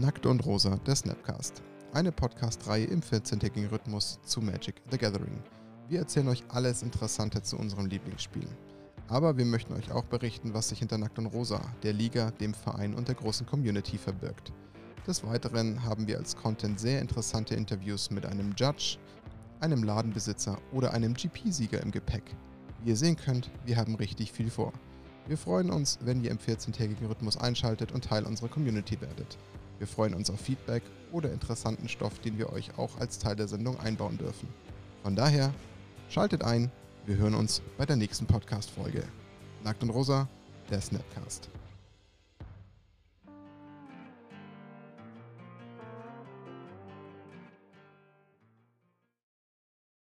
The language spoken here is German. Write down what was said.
Nackt und Rosa, der Snapcast. Eine Podcast-Reihe im 14-tägigen Rhythmus zu Magic the Gathering. Wir erzählen euch alles Interessante zu unserem Lieblingsspiel. Aber wir möchten euch auch berichten, was sich hinter Nackt und Rosa, der Liga, dem Verein und der großen Community verbirgt. Des Weiteren haben wir als Content sehr interessante Interviews mit einem Judge, einem Ladenbesitzer oder einem GP-Sieger im Gepäck. Wie ihr sehen könnt, wir haben richtig viel vor. Wir freuen uns, wenn ihr im 14-tägigen Rhythmus einschaltet und Teil unserer Community werdet. Wir freuen uns auf Feedback oder interessanten Stoff, den wir euch auch als Teil der Sendung einbauen dürfen. Von daher, schaltet ein, wir hören uns bei der nächsten Podcast-Folge. Nackt und Rosa, der Snapcast.